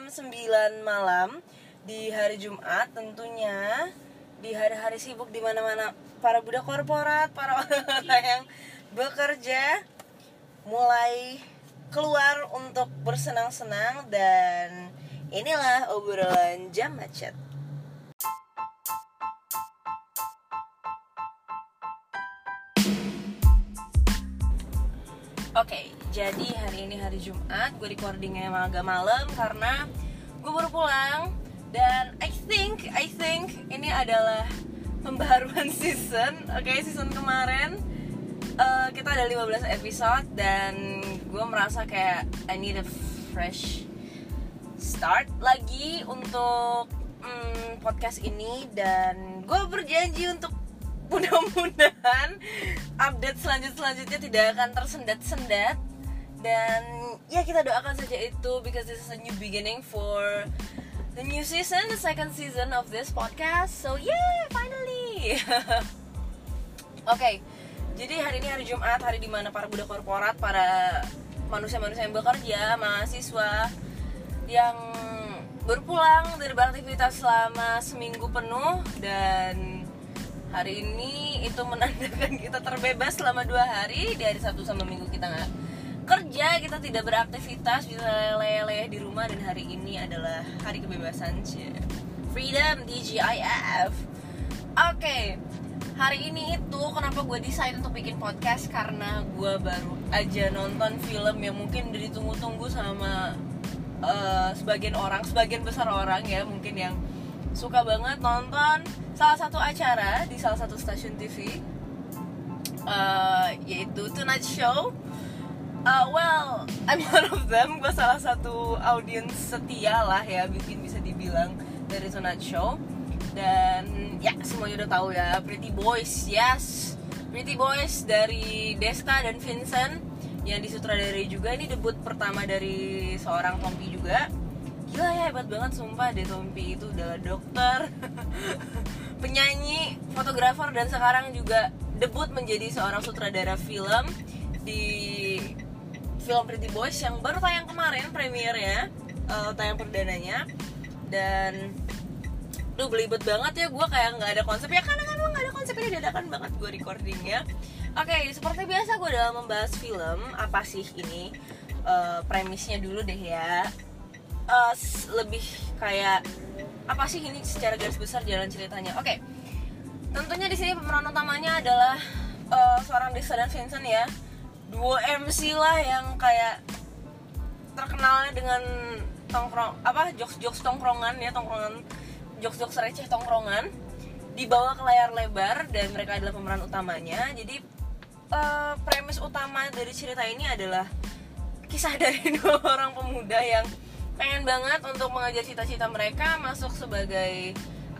9 malam di hari Jumat, tentunya di hari-hari sibuk di mana-mana para budak korporat, para orang yang bekerja mulai keluar untuk bersenang-senang, dan inilah obrolan jam macet. Oke, jadi hari ini hari Jumat, gue recordingnya emang agak malam karena gue baru pulang. Dan I think ini adalah pembaharuan season. Oke, season kemarin kita ada 15 episode dan gue merasa kayak I need a fresh start lagi untuk podcast ini. Dan gue berjanji untuk mudah-mudahan update selanjutnya tidak akan tersendat-sendat. Dan ya, kita doakan saja itu, because this is a new beginning for the new season, the second season of this podcast. So yeah, finally. Oke, jadi hari ini hari Jumat, hari dimana para budak korporat, para manusia-manusia yang bekerja, mahasiswa yang berpulang dari beraktivitas selama seminggu penuh. Dan hari ini itu menandakan kita terbebas selama 2 hari. Di hari Sabtu sama Minggu kita nggak kerja, kita tidak beraktivitas, bisa leleh-leleh di rumah. Dan hari ini adalah hari kebebasan, freedom, TGIF. Oke, hari ini itu kenapa gue decide untuk bikin podcast, karena gue baru aja nonton film yang mungkin udah ditunggu-tunggu sama sebagian besar orang ya, mungkin yang suka banget nonton salah satu acara di salah satu stasiun TV, yaitu Tonight Show. Well, I'm one of them. Gue salah satu audiens setia lah ya, bisa dibilang, dari Tonight Show. Dan ya, semuanya udah tahu ya, Pretty Boys, yes, Pretty Boys dari Deska dan Vincent, yang disutradarai juga. Ini debut pertama dari seorang Tompi juga. Gila ya, hebat banget sumpah deh, Tompi itu udah dokter, penyanyi, fotografer, dan sekarang juga debut menjadi seorang sutradara film di film Pretty Boys yang baru tayang kemarin, premiernya, tayang perdananya. Dan belibet banget ya, gue kayak nggak ada konsep ya, karena emang nggak ada konsep, ini dadakan banget gue recordingnya. Oke, seperti biasa gue dalam membahas film, apa sih ini, premisnya dulu deh ya. Lebih kayak apa sih ini secara garis besar jalan ceritanya. Oke, tentunya di sini pemeran utamanya adalah seorang Deska dan Vincent ya, duo MC lah yang kayak terkenalnya dengan jokes tongkrongan ya, jokes receh tongkrongan dibawa ke layar lebar, dan mereka adalah pemeran utamanya. Jadi premis utama dari cerita ini adalah kisah dari 2 orang pemuda yang pengen banget untuk mengejar cita-cita mereka, masuk sebagai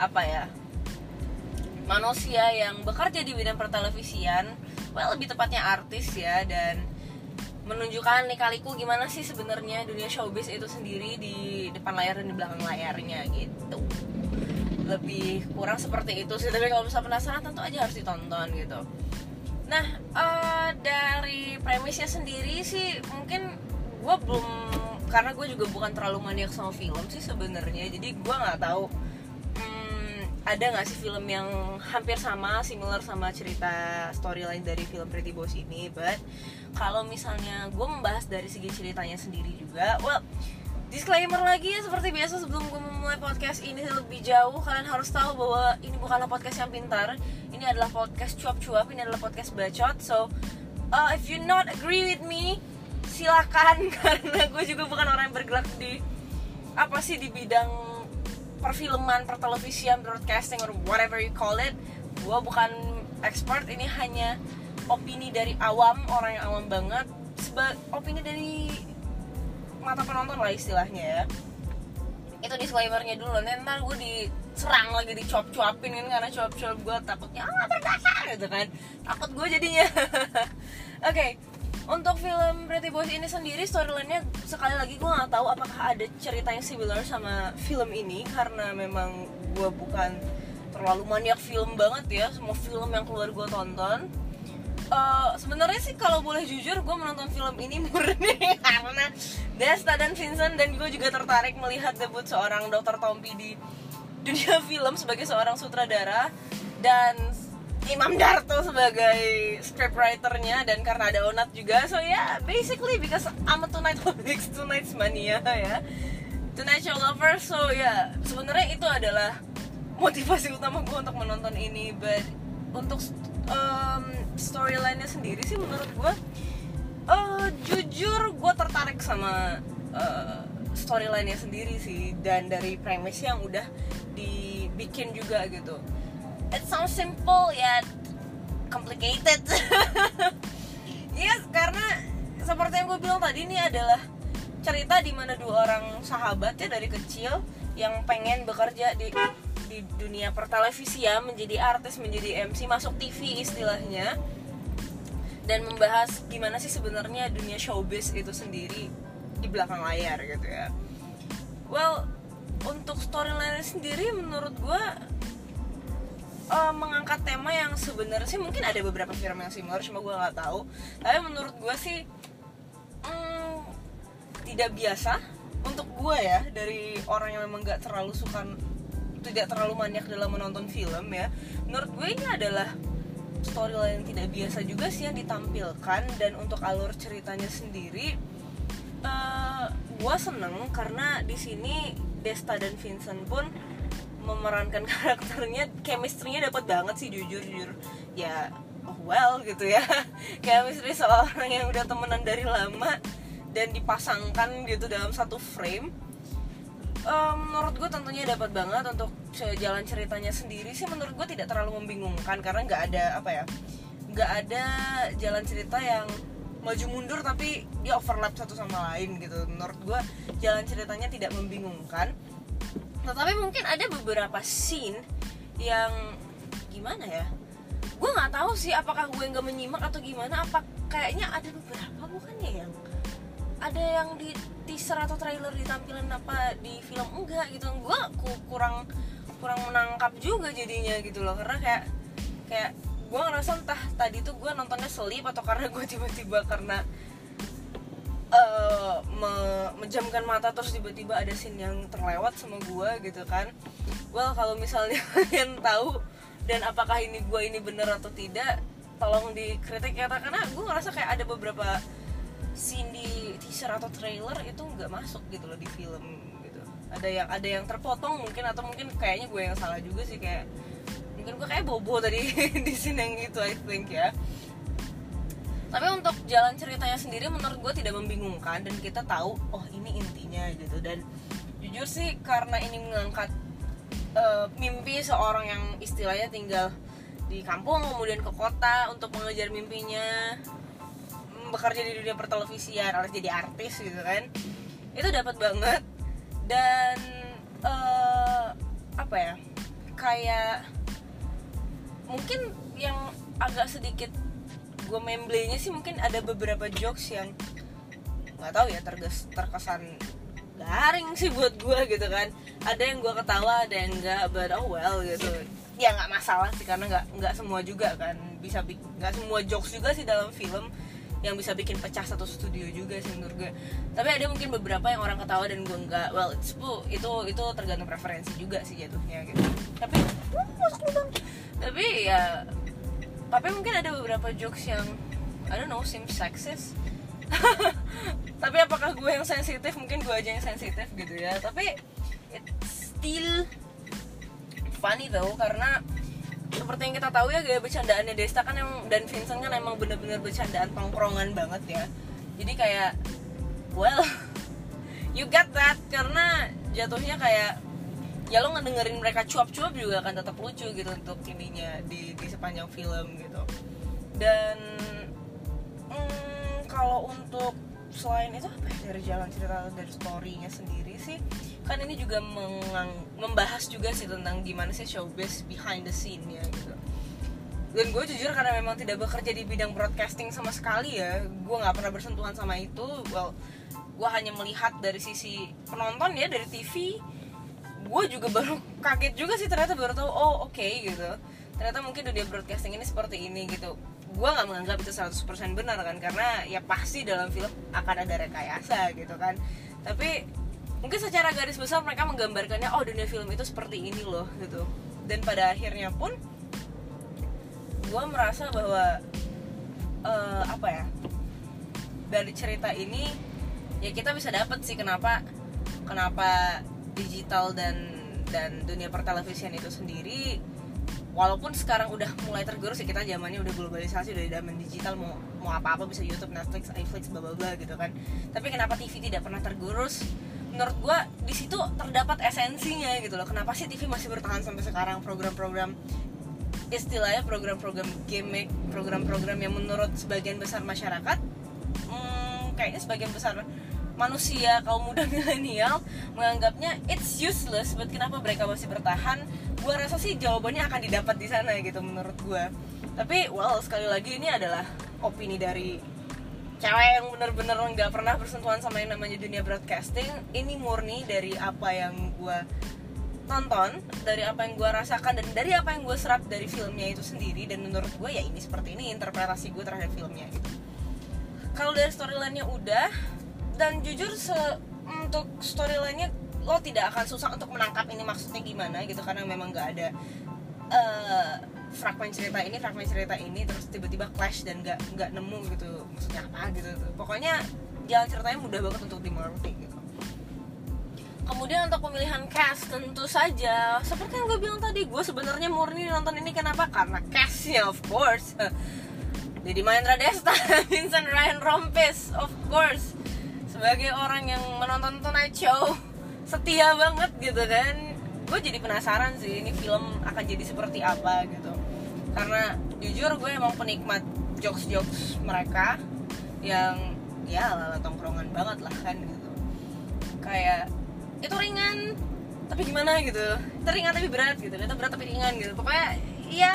manusia yang bekerja di bidang pertelevisian, lebih tepatnya artis ya, dan menunjukkan lika-liku gimana sih sebenarnya dunia showbiz itu sendiri di depan layar dan di belakang layarnya gitu. Lebih kurang seperti itu sih, tapi kalau misalnya penasaran tentu aja harus ditonton gitu. Nah, dari premisnya sendiri sih mungkin gue belum, karena gue juga bukan terlalu maniak sama film sih sebenarnya, jadi gue nggak tahu ada nggak sih film yang hampir similar sama cerita storyline dari film Pretty Boys ini. But kalau misalnya gue membahas dari segi ceritanya sendiri juga, disclaimer lagi ya, seperti biasa sebelum gue memulai podcast ini lebih jauh, kalian harus tahu bahwa ini bukanlah podcast yang pintar, ini adalah podcast cuap-cuap, ini adalah podcast bacot. So if you not agree with me, silakan, karena gue juga bukan orang yang bergerak di bidang perfilman, pertelevisian, broadcasting, or whatever you call it. Gue bukan expert, ini hanya opini dari awam, orang yang awam banget, opini dari mata penonton lah istilahnya ya. Itu disclaimernya dulu, ntar gue diserang lagi, dicuap-cuapin kan, karena cuap-cuap gue takutnya berdasar gitu kan, takut gue jadinya. Oke. Untuk film Pretty Boys ini sendiri, storyline-nya sekali lagi gue nggak tahu apakah ada cerita yang similar sama film ini, karena memang gue bukan terlalu maniak film banget ya. Semua film yang keluar gue tonton. Sebenarnya sih kalau boleh jujur gue menonton film ini murni karena Desta dan Vincent, dan gue juga tertarik melihat debut seorang Dr. Tompi di dunia film sebagai seorang sutradara, dan Imam Darto sebagai scriptwriternya, dan karena ada Onat juga. So yeah, basically because I'm a Tonight's mania ya, Tonight Show lover. So yeah, sebenarnya itu adalah motivasi utama gue untuk menonton ini. But untuk storyline-nya sendiri sih menurut gue jujur gue tertarik sama storyline-nya sendiri sih, dan dari premise yang udah dibikin juga gitu. It sounds simple yet complicated. Yes, karena seperti yang gue bilang tadi, ini adalah cerita di mana dua orang sahabat ya dari kecil yang pengen bekerja di dunia pertelevisian, menjadi artis, menjadi MC, masuk TV istilahnya, dan membahas gimana sih sebenarnya dunia showbiz itu sendiri di belakang layar gitu ya. Well, untuk storyline sendiri menurut gue mengangkat tema yang sebenarnya sih mungkin ada beberapa film yang similar, cuma gue nggak tahu. Tapi menurut gue sih tidak biasa untuk gue ya, dari orang yang memang nggak terlalu suka, tidak terlalu maniak dalam menonton film ya. Menurut gue ini adalah storyline yang tidak biasa juga sih yang ditampilkan, dan untuk alur ceritanya sendiri gue seneng karena di sini Desta dan Vincent pun memerankan karakternya, chemistry-nya dapat banget sih jujur ya. Oh well gitu ya, chemistry seorang yang udah temenan dari lama dan dipasangkan gitu dalam satu frame. Menurut gue tentunya dapat banget. Untuk jalan ceritanya sendiri sih menurut gue tidak terlalu membingungkan, karena nggak ada jalan cerita yang maju mundur tapi dia overlap satu sama lain gitu. Menurut gue jalan ceritanya tidak membingungkan. Tetapi mungkin ada beberapa scene yang gimana ya, gue nggak tahu sih apakah gue nggak menyimak atau gimana. Apa kayaknya ada beberapa bukannya yang ada yang di teaser atau trailer ditampilin apa di film enggak gitu. Gue kurang menangkap juga jadinya gitu loh, karena kayak gue ngerasa entah tadi tuh gue nontonnya selip atau karena gue tiba-tiba karena menjamkan mata terus tiba-tiba ada scene yang terlewat sama gue gitu kan. Well, kalau misalnya kalian tahu dan apakah ini gue ini bener atau tidak, tolong dikritik ya, karena gue ngerasa kayak ada beberapa scene di teaser atau trailer itu nggak masuk gitu loh di film gitu. Ada yang terpotong mungkin, atau mungkin kayaknya gue yang salah juga sih, kayak mungkin gue kayak bobo tadi di scene yang gitu, I think ya. Tapi untuk jalan ceritanya sendiri menurut gue tidak membingungkan, dan kita tahu oh ini intinya gitu. Dan jujur sih karena ini mengangkat mimpi seorang yang istilahnya tinggal di kampung kemudian ke kota untuk mengejar mimpinya, bekerja di dunia pertelevisian alias jadi artis gitu kan, itu dapat banget. Dan apa ya, kayak mungkin yang agak sedikit gue memblenya sih mungkin ada beberapa jokes yang nggak tahu ya terkesan garing sih buat gue gitu kan. Ada yang gue ketawa, ada yang enggak, but oh well gitu ya, nggak masalah sih karena nggak semua juga kan bisa, nggak semua jokes juga sih dalam film yang bisa bikin pecah satu studio juga sih menurut gue. Tapi ada mungkin beberapa yang orang ketawa dan gue enggak. Well, itu tergantung preferensi juga sih jatuhnya gitu. Tapi mungkin ada beberapa jokes yang I don't know, seems sexist. Tapi apakah gue yang sensitif? Mungkin gue aja yang sensitif gitu ya. Tapi it's still funny though, karena seperti yang kita tahu ya, gaya bercandaannya Desta kan dan Vincent kan emang bener-bener bercandaan tongkrongan banget ya. Jadi kayak well you get that, karena jatuhnya kayak ya lo ngedengerin mereka cuap-cuap juga akan tetap lucu gitu untuk ininya di sepanjang film gitu. Dan kalau untuk selain itu apa ya, dari jalan cerita dari story-nya sendiri sih kan ini juga membahas juga sih tentang gimana sih showbiz behind the scene ya gitu. Dan gue jujur karena memang tidak bekerja di bidang broadcasting sama sekali ya, gue nggak pernah bersentuhan sama itu. Well, gue hanya melihat dari sisi penonton ya, dari TV. Gue juga baru kaget juga sih, ternyata baru tahu oh oke gitu, ternyata mungkin dunia broadcasting ini seperti ini gitu. gue nggak menganggap itu 100% benar kan, karena ya pasti dalam film akan ada rekayasa gitu kan. Tapi mungkin secara garis besar mereka menggambarkannya, oh dunia film itu seperti ini loh gitu. Dan pada akhirnya pun gue merasa bahwa dari cerita ini ya kita bisa dapat sih kenapa digital dan dunia pertelevisian itu sendiri, walaupun sekarang udah mulai tergerus ya, kita zamannya udah globalisasi, udah zaman digital, mau apa-apa bisa YouTube, Netflix, iFlix, bla bla bla gitu kan. Tapi kenapa TV tidak pernah tergerus? Menurut gue di situ terdapat esensinya gitu loh. Kenapa sih TV masih bertahan sampai sekarang? Program-program istilahnya program-program gimmick, program-program yang menurut sebagian besar masyarakat kayaknya sebagian besar manusia kaum muda milenial menganggapnya it's useless, but kenapa mereka masih bertahan? Gue rasa sih jawabannya akan didapat di sana gitu menurut gue. Tapi sekali lagi ini adalah opini dari cewek yang benar-benar nggak pernah bersentuhan sama yang namanya dunia broadcasting. Ini murni dari apa yang gue tonton, dari apa yang gue rasakan, dan dari apa yang gue serap dari filmnya itu sendiri. Dan menurut gue ya ini seperti ini interpretasi gue terhadap filmnya gitu. Kalau dari storyline-nya udah, dan jujur untuk storyline-nya lo tidak akan susah untuk menangkap ini maksudnya gimana gitu, karena memang nggak ada fragmen cerita ini terus tiba-tiba clash dan nggak nemu gitu maksudnya apa gitu. Pokoknya jalan ceritanya mudah banget untuk dimengerti gitu. Kemudian untuk pemilihan cast, tentu saja seperti yang gue bilang tadi, gue sebenarnya murni nonton ini kenapa? Karena castnya of course Dedy Mahendra Desta, Vincent Ryan Rompies of course, sebagai orang yang menonton Tonight Show setia banget gitu kan. Gue jadi penasaran sih ini film akan jadi seperti apa gitu, karena jujur gue emang penikmat jokes mereka yang ya ala tongkrongan banget lah kan gitu. Kayak itu ringan tapi gimana gitu, itu ringan tapi berat gitu, itu berat tapi ringan gitu. Pokoknya ya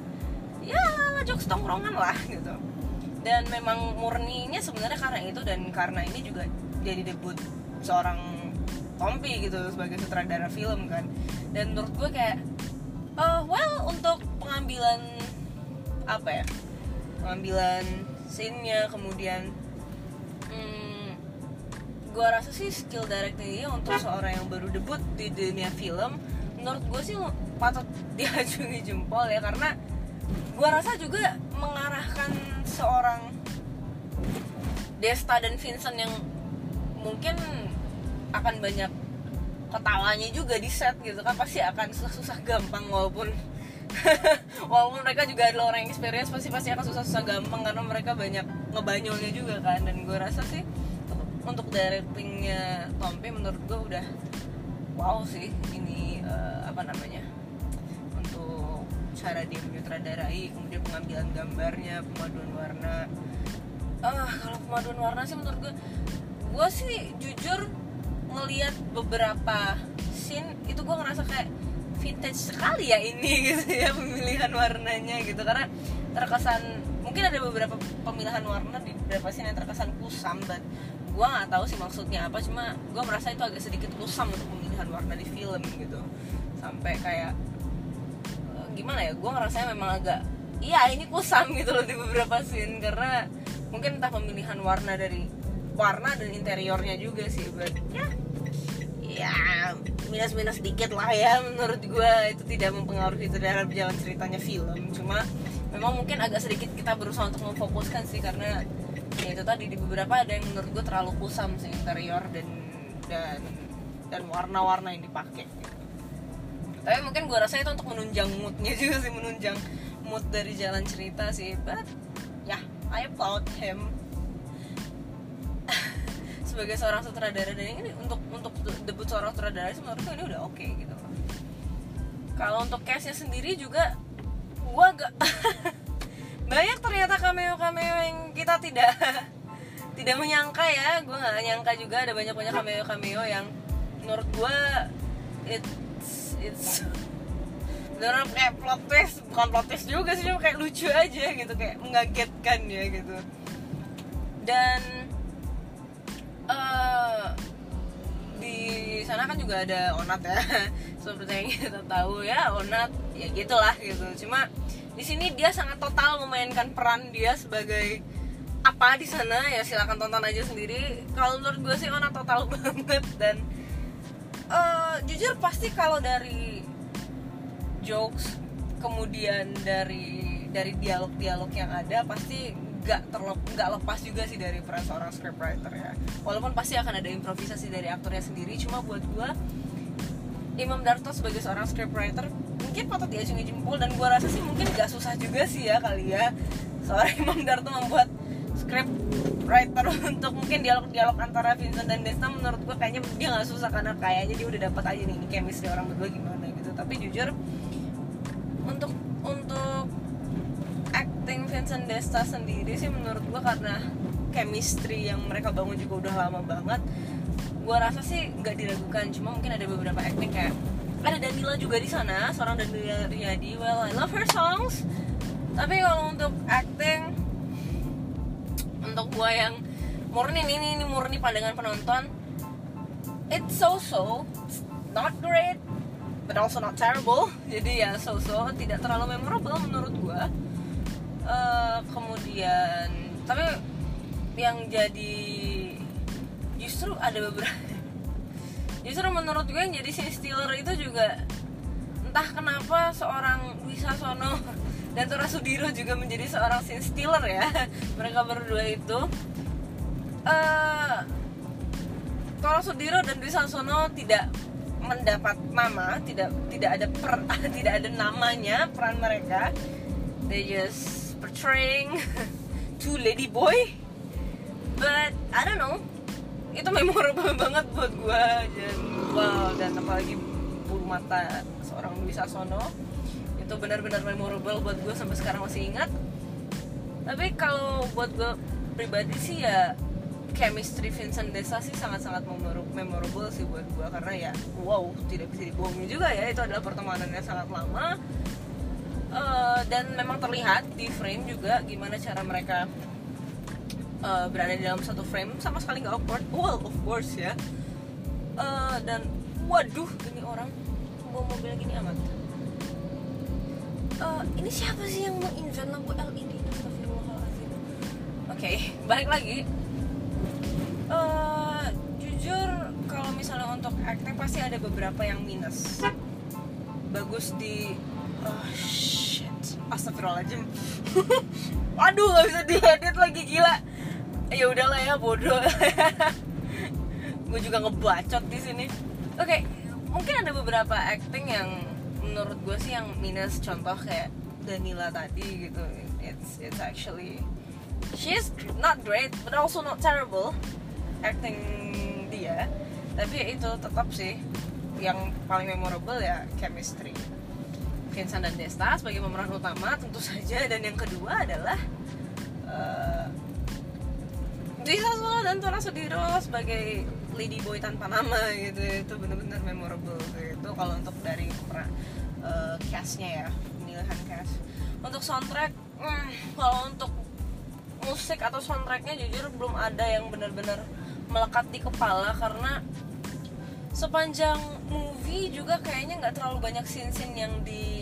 ala jokes tongkrongan lah gitu. Dan memang murninya sebenarnya karena itu, dan karena ini juga jadi debut seorang Tompi gitu sebagai sutradara film kan. Dan menurut gue kayak untuk pengambilan scene-nya, kemudian gue rasa sih skill directingnya untuk seorang yang baru debut di dunia film, menurut gue sih patut diacungi jempol ya, karena gue rasa juga mengarahkan seorang Desta dan Vincent yang mungkin akan banyak ketawanya juga di set gitu kan, pasti akan susah-susah gampang, walaupun mereka juga adalah orang yang experience, pasti akan susah-susah gampang karena mereka banyak ngebanyolnya juga kan. Dan gue rasa sih untuk directingnya Tompi menurut gue udah wow sih ini untuk cara dia menyutradarai, kemudian pengambilan gambarnya, pemaduan warna. Kalau pemaduan warna sih menurut gue sih jujur ngelihat beberapa scene itu gue ngerasa kayak vintage sekali ya ini gitu ya pemilihan warnanya gitu, karena terkesan mungkin ada beberapa pemilihan warna di beberapa scene yang terkesan kusam, dan gue nggak tahu sih maksudnya apa, cuma gue merasa itu agak sedikit kusam untuk pemilihan warna di film gitu, sampai kayak gimana ya, gue ngerasanya memang agak ini kusam gitu loh di beberapa scene, karena mungkin entah pemilihan warna dan interiornya juga sih, but ya minus dikit lah ya menurut gue, itu tidak mempengaruhi terhadap jalan ceritanya film. Cuma memang mungkin agak sedikit kita berusaha untuk memfokuskan sih, karena ya itu tadi di beberapa ada yang menurut gue terlalu kusam sih interior dan warna-warna yang dipakai gitu. Tapi mungkin gue rasa itu untuk menunjang moodnya juga sih, menunjang mood dari jalan cerita sih, but I applaud him sebagai seorang sutradara. Dan ini untuk debut seorang sutradara sih menurut gue ini udah oke gitu. Kalau untuk castnya sendiri juga gue agak banyak ternyata cameo yang kita tidak menyangka ya. Gue nggak nyangka juga ada banyak cameo yang menurut gue it's beneran kayak plot twist juga sih, cuma kayak lucu aja gitu, kayak mengagetkan ya gitu. Dan di sana kan juga ada Onat ya seperti yang kita tahu ya, Onat ya gitulah gitu. Cuma Di sini dia sangat total memainkan peran dia sebagai apa di sana, ya silakan tonton aja sendiri. Kalau menurut gue sih Ona total banget. Dan jujur pasti kalau dari jokes, kemudian dari dialog-dialog yang ada, pasti nggak lepas juga sih dari peran seorang scriptwriter ya. Walaupun pasti akan ada improvisasi dari aktornya sendiri, cuma buat gue Imam Darto sebagai seorang scriptwriter mungkin patut diacungi jempol. Dan gue rasa sih mungkin gak susah juga sih ya kali ya seorang Imam Darto membuat scriptwriter untuk mungkin dialog-dialog antara Vincent dan Desta. Menurut gue kayaknya dia gak susah, karena kayaknya dia udah dapat aja nih chemistry orang berdua gimana gitu. Tapi jujur untuk acting Vincent Desta sendiri sih menurut gue, karena chemistry yang mereka bangun juga udah lama banget, gue rasa sih nggak diragukan. Cuma mungkin ada beberapa acting kayak ada Danila juga di sana, seorang Danila Riyadi. Well, I love her songs. Tapi kalau untuk acting, untuk gue yang murni ini murni pandangan penonton, it's so not great but also not terrible. Jadi ya so tidak terlalu memorable menurut gue. Kemudian tapi yang jadi justru ada beberapa justru menurut gue yang jadi scene stealer itu juga entah kenapa seorang Dwi Sasono dan Tora Sudiro juga menjadi seorang scene stealer ya. Mereka berdua itu Tora Sudiro dan Dwi Sasono tidak mendapat nama, tidak ada namanya peran mereka. They just portraying two lady boy, but I don't know, itu memorable banget buat gue. Dan apalagi bulu mata seorang Dwi Sasono itu benar-benar memorable buat gue, sampai sekarang masih ingat. Tapi kalau buat gue pribadi sih ya chemistry Vincent Desta sih sangat-sangat memorable sih buat gue, karena ya wow, tidak bisa dibohongin juga ya, itu adalah pertemanan yang sangat lama. Dan memang terlihat di frame juga gimana cara mereka berada di dalam satu frame, sama sekali nggak awkward. Well, of course ya. Dan waduh, ini orang bawa mobil gini amat. Ini siapa sih yang menginvent lampu LED? Astagfirullahaladzim. Oke, balik lagi. Jujur kalau misalnya untuk acting pasti ada beberapa yang minus. Bagus di astagfirullahaladzim. Aduh, nggak bisa diedit lagi, gila. Ya udahlah ya, bodoh. Gue juga ngebacot di sini. Oke, mungkin ada beberapa acting yang menurut gue sih yang minus. Contoh kayak Danila tadi gitu. It's actually, she's not great but also not terrible acting dia. Tapi ya itu tetap sih yang paling memorable ya chemistry Vincent dan Desta sebagai pemeran utama tentu saja. Dan yang kedua adalah Dwi Sasono dan Tora Sudiro sebagai lady boy tanpa nama gitu. Itu benar-benar memorable gitu kalau untuk dari castnya ya, pemilihan cast. Untuk soundtrack, kalau untuk musik atau soundtracknya jujur belum ada yang benar-benar melekat di kepala, karena sepanjang movie juga kayaknya nggak terlalu banyak scene-scene yang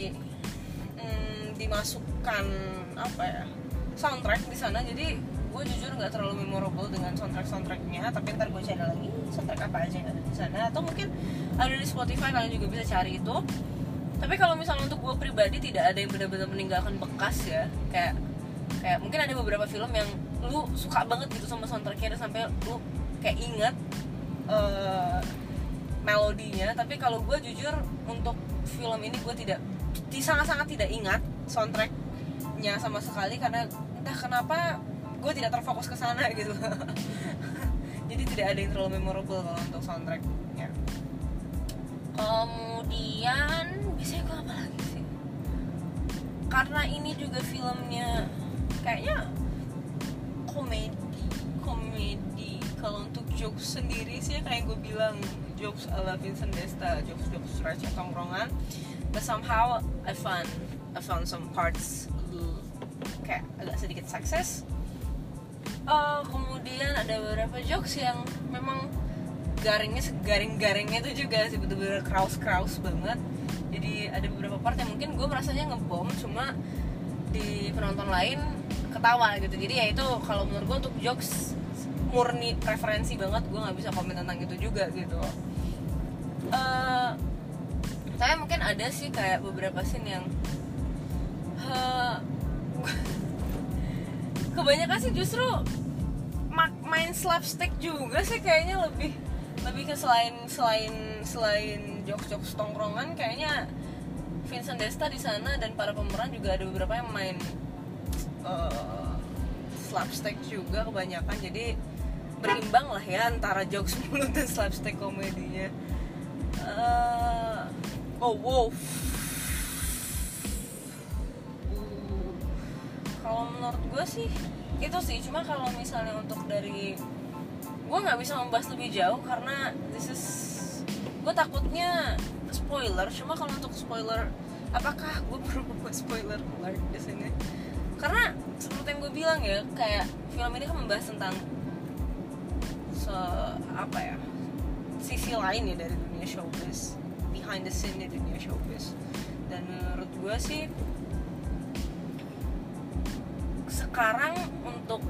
dimasukkan apa ya, soundtrack di sana. Jadi gue jujur nggak terlalu memorable dengan soundtracknya. Tapi ntar gue cari lagi soundtrack apa aja yang ada di sana, atau mungkin ada di Spotify, kalian juga bisa cari itu. Tapi kalau misalnya untuk gue pribadi tidak ada yang benar-benar meninggalkan bekas ya. Kayak mungkin ada beberapa film yang lu suka banget gitu sama soundtracknya dan sampai lu kayak ingat melodinya. Tapi kalau gue jujur untuk film ini gue sangat-sangat tidak ingat soundtracknya sama sekali, karena entah kenapa gue tidak terfokus ke sana gitu. Jadi tidak ada yang terlalu memorable kalau untuk soundtracknya. Kemudian biasanya gue apa lagi sih, karena ini juga filmnya kayaknya komedi. Kalau untuk jokes sendiri sih kayak gue bilang, jokes ala Vincent Desta, jokes receh tongkrongan. But somehow I found some parts kayak agak sedikit sexist. Kemudian ada beberapa jokes yang memang garingnya itu juga sih betul-betul kraus banget. Jadi ada beberapa part yang mungkin gue merasanya ngebom, cuma di penonton lain ketawa gitu. Jadi ya itu kalau menurut gue untuk jokes murni preferensi banget, gue nggak bisa komen tentang itu juga gitu. Saya mungkin ada sih kayak beberapa scene yang kebanyakan sih justru main slapstick juga sih kayaknya, lebih ke selain jokes tongkrongan, kayaknya Vincent Desta di sana dan para pemeran juga ada beberapa yang main slapstick juga kebanyakan. Jadi berimbang lah ya antara jokes mulut dan slapstick komedinya. Kalau menurut gue sih itu sih. Cuma kalau misalnya untuk dari, gue nggak bisa membahas lebih jauh karena gue takutnya spoiler. Cuma kalau untuk spoiler, apakah gue perlu membuat spoiler alert di sini? Karena seperti yang gue bilang ya, kayak film ini kan membahas tentang sisi lain ya dari dunia showbiz, behind the scene di dunia showbiz. Dan menurut gue sih sekarang untuk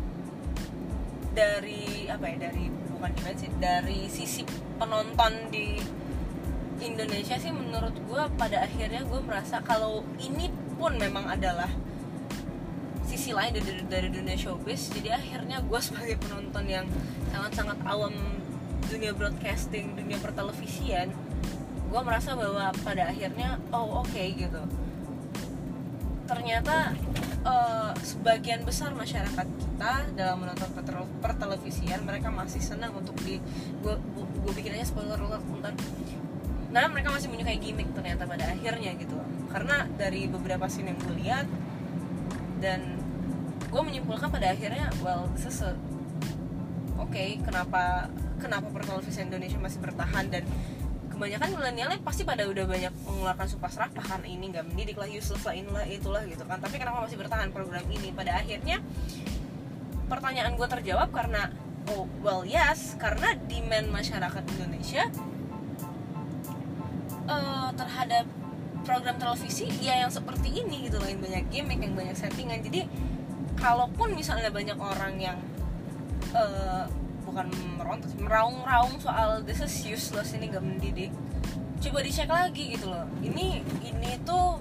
dari sisi penonton di Indonesia sih, menurut gue pada akhirnya gue merasa kalau ini pun memang adalah sisi lain dari dunia showbiz. Jadi akhirnya gue sebagai penonton yang sangat-sangat awam dunia broadcasting, dunia pertelevisian, gue merasa bahwa pada akhirnya oke gitu. Ternyata sebagian besar masyarakat kita dalam menonton pertelevisian, mereka masih senang untuk gue bikin aja spoiler alert bentar. Nah, mereka masih menyukai gimmick ternyata pada akhirnya gitu. Karena dari beberapa scene yang gue lihat, dan gue menyimpulkan pada akhirnya, this is kenapa pertelevisian Indonesia masih bertahan, dan kebanyakan milenialnya pasti pada udah banyak mengeluarkan sumpah serapah kan, ini nggak mendidik lah, useless lah, inilah itulah gitu kan. Tapi kenapa masih bertahan program ini? Pada akhirnya pertanyaan gue terjawab karena karena demand masyarakat Indonesia terhadap program televisi ya yang seperti ini gitu loh, yang banyak gimmick, yang banyak settingan. Jadi kalaupun misalnya banyak orang yang bukan meraung-raung soal this is useless, ini gak mendidik, coba dicek lagi gitu loh. Ini tuh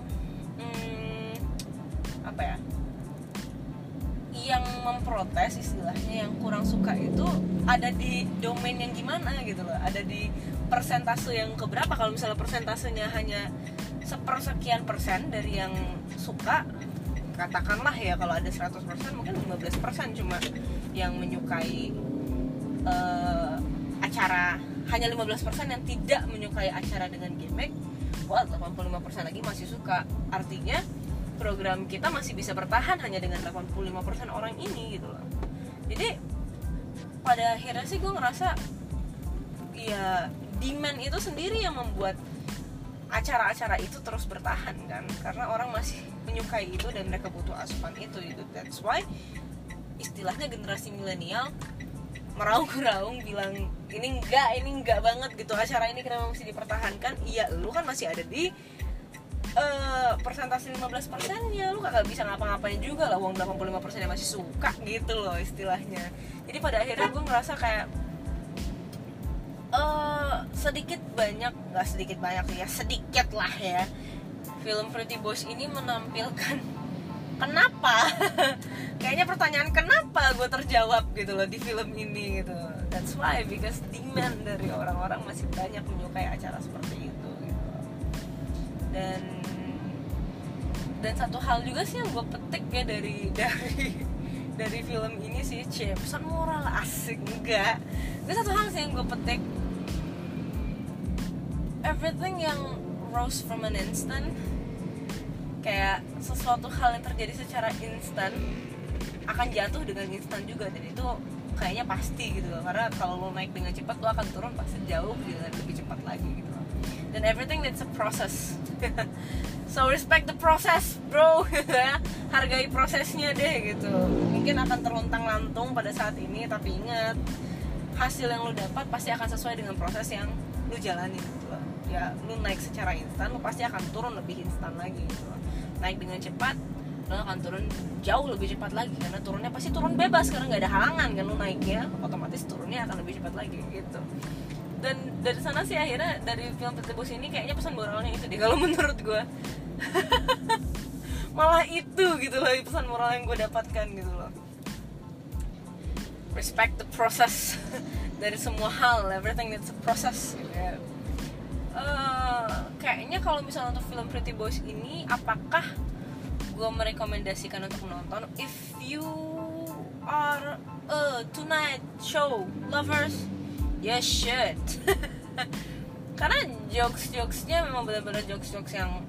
yang memprotes istilahnya, yang kurang suka itu ada di domain yang gimana gitu loh, ada di persentase yang keberapa. Kalau misalnya persentasenya hanya sepersekian persen dari yang suka, katakanlah ya kalau ada 100% mungkin 15% cuma yang menyukai acara, hanya 15% yang tidak menyukai acara dengan gimmick. 85% lagi masih suka. Artinya program kita masih bisa bertahan hanya dengan 85% orang ini gitu loh. Jadi pada akhirnya sih gue ngerasa ya demand itu sendiri yang membuat acara-acara itu terus bertahan kan, karena orang masih menyukai itu dan mereka butuh asupan itu gitu. That's why istilahnya generasi milenial meraung-raung bilang ini enggak banget gitu, acara ini kenapa mesti dipertahankan. Iya, lu kan masih ada di persentase 15%-nya, lu kagak bisa ngapa-ngapain juga lah, uang 85% yang masih suka gitu loh istilahnya. Jadi pada akhirnya gue ngerasa kayak sedikit lah ya, film Pretty Boys ini menampilkan kenapa kayaknya pertanyaan kenapa gue terjawab gitu loh di film ini gitu. That's why, because demand dari orang-orang masih banyak menyukai acara seperti itu gitu. Dan satu hal juga sih yang gue petik ya dari film ini sih, pesan moral asik enggak. Itu satu hal sih yang gue petik, everything yang rose from an instant, kayak sesuatu hal yang terjadi secara instan akan jatuh dengan instan juga, dan itu kayaknya pasti gitu loh. Karena kalau lo naik dengan cepat, lo akan turun pasti jauh dengan lebih cepat lagi gitu loh. Dan everything needs a process. So respect the process bro. Hargai prosesnya deh gitu. Mungkin akan terlontang-lantung pada saat ini, tapi ingat, hasil yang lo dapat pasti akan sesuai dengan proses yang lo jalani gitu loh. Ya lo naik secara instan, lo pasti akan turun lebih instan lagi gitu loh. Naik dengan cepat lo akan turun jauh lebih cepat lagi, karena turunnya pasti turun bebas karena nggak ada halangan kan, lo naiknya otomatis turunnya akan lebih cepat lagi gitu. Dan dari sana sih akhirnya dari film Pretty Boys ini kayaknya pesan moralnya itu deh kalau menurut gue. Malah itu gitu loh pesan moral yang gue dapatkan gitu loh. Respect the process. Dari semua hal, everything needs a process gitu ya. Kayaknya kalau misalnya untuk film Pretty Boys ini, apakah gue merekomendasikan untuk menonton? If you are a tonight show lovers, you should. Karena jokes-jokesnya memang benar-benar jokes-jokes yang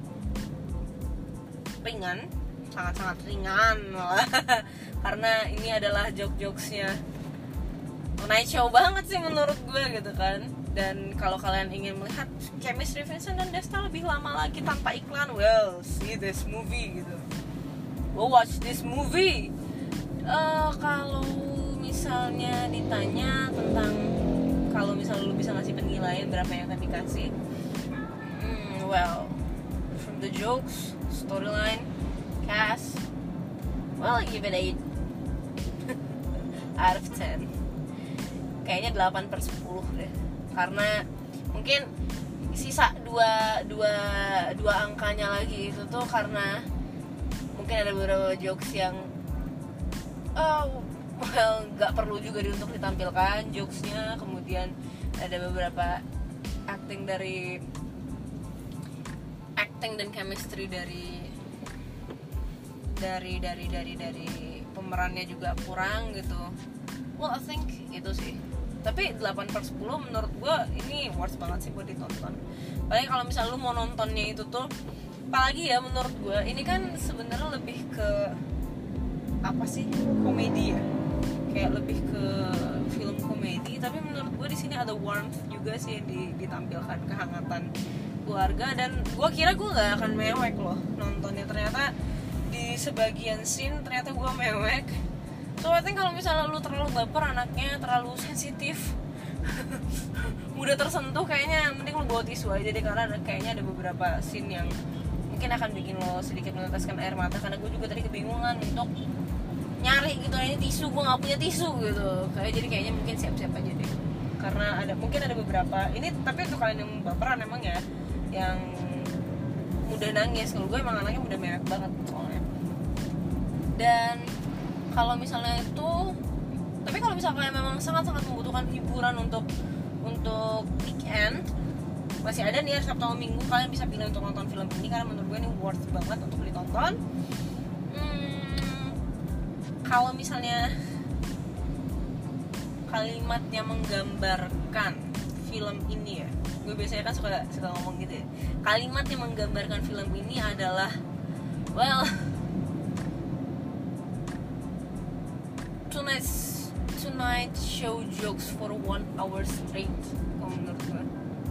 ringan, sangat-sangat ringan malah. Karena ini adalah joke-jokesnya night show banget sih menurut gue gitu kan. Dan kalau kalian ingin melihat chemistry Vincent dan Desta lebih lama lagi tanpa iklan, well, see this movie gitu. Go watch this movie. Kalau misalnya ditanya tentang kalau misalnya lu bisa ngasih penilaian berapa yang akan dikasih, well, from the jokes, storyline, cast, well, I give it 8 out of 10. Kayaknya 8/10 deh. Karena mungkin sisa dua angkanya lagi itu tuh karena mungkin ada beberapa jokes yang well, gak perlu juga untuk ditampilkan jokesnya. Kemudian ada beberapa acting dan chemistry dari pemerannya juga kurang gitu. Well, I think itu sih. Tapi 8/10 menurut gue ini worth banget sih buat ditonton. Apalagi kalau misalnya lu mau nontonnya itu tuh, apalagi ya menurut gue ini kan sebenarnya lebih ke apa sih, komedi ya, kayak lebih ke film komedi. Tapi menurut gue di sini ada warmth juga sih yang ditampilkan, kehangatan keluarga. Dan gue kira gue nggak akan mewek loh nontonnya, ternyata di sebagian scene ternyata gue mewek. So I think kalau misalnya lu terlalu baper anaknya, terlalu sensitif, mudah tersentuh, kayaknya mending lu bawa tisu aja deh. Karena kayaknya ada beberapa scene yang mungkin akan bikin lo sedikit meneteskan air mata. Karena gue juga tadi kebingungan untuk nyari gitu, ini tisu, gue gak punya tisu gitu. Jadi kayaknya mungkin siap-siap aja deh. Karena mungkin ada beberapa, ini tapi untuk kalian yang baperan emang ya, yang mudah nangis. Kalau gue emang anaknya mudah mewek banget soalnya. Dan kalau misalnya itu, tapi kalau misalnya kalian memang sangat-sangat membutuhkan hiburan untuk weekend, masih ada nih Sabtu atau Minggu, kalian bisa pilih untuk nonton film ini karena menurut gue ini worth banget untuk ditonton. Kalau misalnya kalimatnya menggambarkan film ini ya, gue biasanya kan suka ngomong gitu ya, kalimat yang menggambarkan film ini adalah, well, tonight show jokes for 1 hour straight. Kalau menurut gue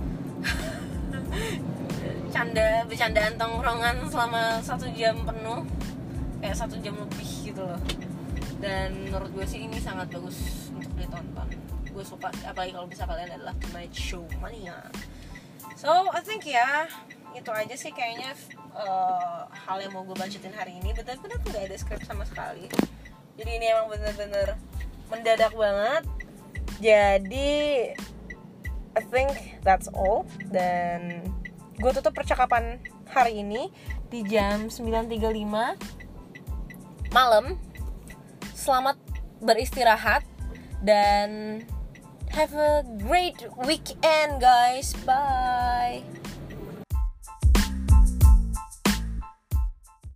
bercandaan tongkrongan selama 1 jam penuh, kayak 1 jam lebih gitu loh. Dan menurut gue sih ini sangat bagus untuk ditonton. Gue suka, apalagi kalau bisa kalian adalah tonight show mania. So I think ya itu aja sih kayaknya hal yang mau gue bacotin hari ini. Benar-benar gak ada skrip sama sekali. Jadi ini emang bener-bener mendadak banget. Jadi I think that's all. Dan gue tutup percakapan hari ini di jam 9.35 malam. Selamat beristirahat dan have a great weekend guys. Bye.